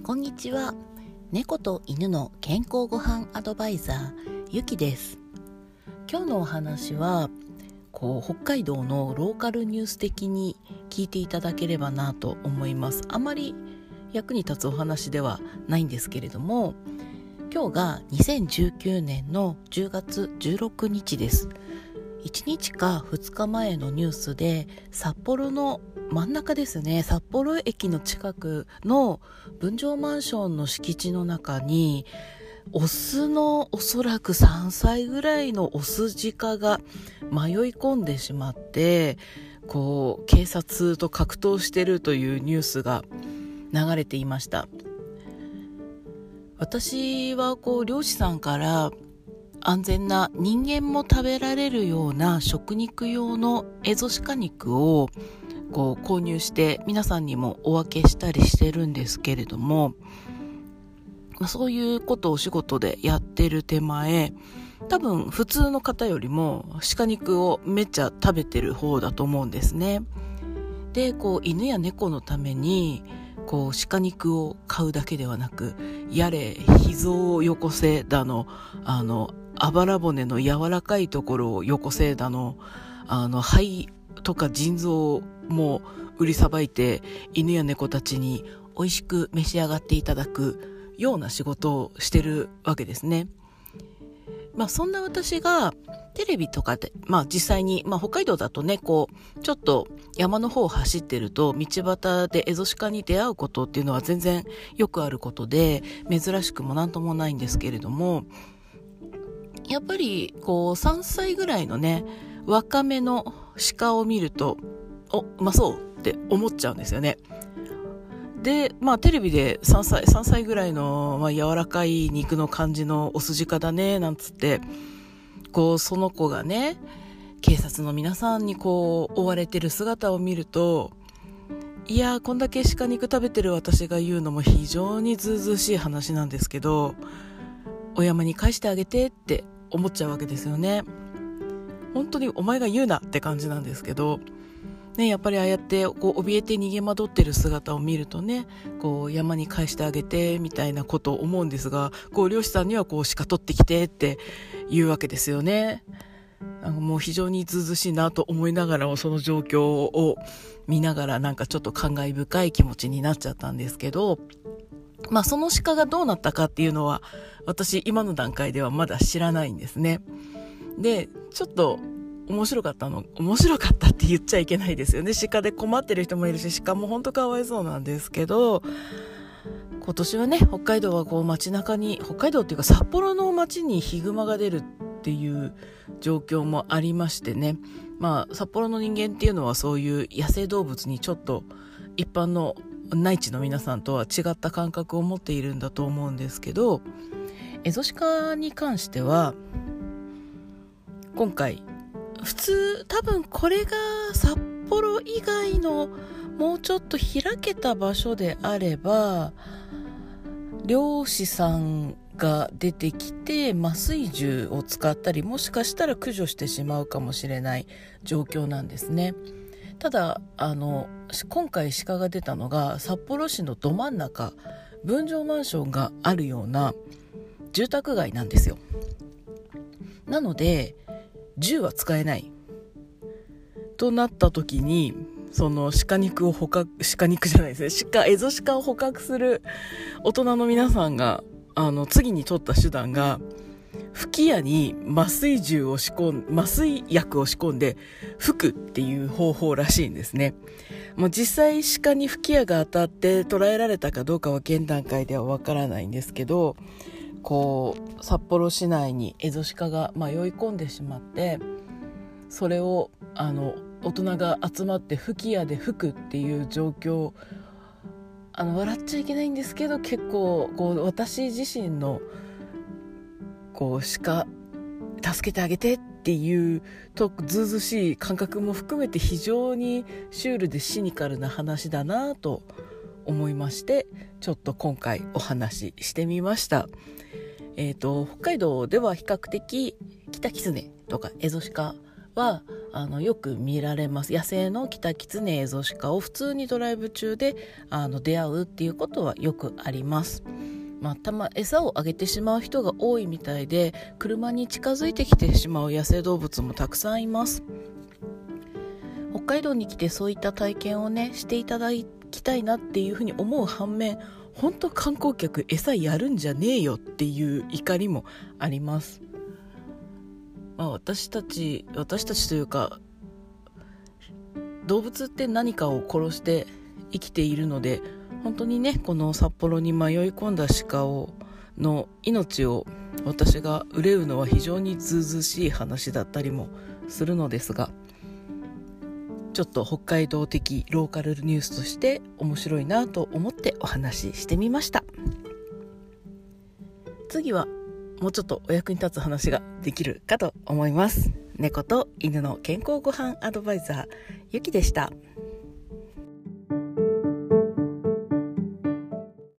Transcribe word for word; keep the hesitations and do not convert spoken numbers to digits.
こんにちは。猫と犬の健康ごはんアドバイザーゆきです。今日のお話はこう北海道のローカルニュース的に聞いていただければなと思います。あまり役に立つお話ではないんですけれども、今日がにせんじゅうきゅうねんのじゅうがつじゅうろくにちです。いちにちかふつかまえのニュースで、札幌の真ん中ですね、札幌駅の近くの分譲マンションの敷地の中にオスのおそらくさんさいぐらいのオス鹿が迷い込んでしまって、こう警察と格闘しているというニュースが流れていました。私はこう漁師さんから安全な人間も食べられるような食肉用のエゾシカ肉をこう購入して皆さんにもお分けしたりしてるんですけれども、そういうことをお仕事でやってる手前、多分普通の方よりも鹿肉をめっちゃ食べてる方だと思うんですね。で、こう犬や猫のためにこう鹿肉を買うだけではなく、やれ脾臓をよこせだの、あのあばら骨の柔らかいところをよこせだの、あの肺とか腎臓も売りさばいて犬や猫たちに美味しく召し上がっていただくような仕事をしてるわけですね。まあそんな私がテレビとかで、まあ実際に、まあ北海道だとね、こうちょっと山の方を走ってると道端でエゾシカに出会うことっていうのは全然よくあることで、珍しくもなんともないんですけれども、やっぱりこうさんさいぐらいのね若めの鹿を見ると、お、うまそうって思っちゃうんですよね。で、まあテレビでさんさい、さんさいぐらいの、まあ、柔らかい肉の感じのオス鹿だねなんつって、こうその子がね警察の皆さんにこう追われてる姿を見ると、いやー、こんだけ鹿肉食べてる私が言うのも非常にずうずうしい話なんですけど、お山に返してあげてって思っちゃうわけですよね。本当にお前が言うなって感じなんですけどね、やっぱりああやってこう怯えて逃げ惑ってる姿を見るとね、こう山に返してあげてみたいなことを思うんですが、こう漁師さんにはこう鹿取ってきてって言うわけですよね。あのもう非常にずうずうしいなと思いながらも、その状況を見ながらなんかちょっと感慨深い気持ちになっちゃったんですけど、まあその鹿がどうなったかっていうのは私今の段階ではまだ知らないんですね。で、ちょっと面白かったの、面白かったって言っちゃいけないですよね。鹿で困ってる人もいるし、鹿も本当かわいそうなんですけど、今年はね、北海道はこう街中に、北海道っていうか札幌の街にヒグマが出るっていう状況もありましてね、まあ札幌の人間っていうのはそういう野生動物にちょっと一般の内地の皆さんとは違った感覚を持っているんだと思うんですけど、エゾシカに関しては今回普通、多分これが札幌以外のもうちょっと開けた場所であれば、漁師さんが出てきて麻酔銃を使ったり、もしかしたら駆除してしまうかもしれない状況なんですね。ただあの今回鹿が出たのが札幌市のど真ん中、分譲マンションがあるような住宅街なんですよ。なので銃は使えないとなった時に、その鹿肉を捕獲、鹿肉じゃないですね、鹿、エゾシカを捕獲する大人の皆さんがあの次に取った手段が、吹き矢に麻酔銃を仕込ん麻酔薬を仕込んで吹くっていう方法らしいんですね。もう実際鹿に吹き矢が当たって捉えられたかどうかは現段階ではわからないんですけど、こう札幌市内にエゾシカが迷い込んでしまって、それをあの大人が集まって吹き矢で吹くっていう状況、あの笑っちゃいけないんですけど、結構こう私自身のこう鹿助けてあげてっていうとずうずうしい感覚も含めて非常にシュールでシニカルな話だなと思いまして、ちょっと今回お話ししてみました。えーと、北海道では比較的キタキツネとかエゾシカはあのよく見られます。野生のキタキツネエゾシカを普通にドライブ中であの出会うっていうことはよくあります。まあ、たま餌をあげてしまう人が多いみたいで、車に近づいてきてしまう野生動物もたくさんいます。北海道に来てそういった体験をねしていただきたいなっていうふうに思う反面、本当観光客餌やるんじゃねえよっていう怒りもあります。まあ、私たち私たちというか動物って何かを殺して生きているので、本当にねこの札幌に迷い込んだ鹿をの命を私が憂うのは非常にずうずうしい話だったりもするのですが、ちょっと北海道的ローカルニュースとして面白いなと思ってお話ししてみました。次はもうちょっとお役に立つ話ができるかと思います。猫と犬の健康ごはんアドバイザーゆきでした。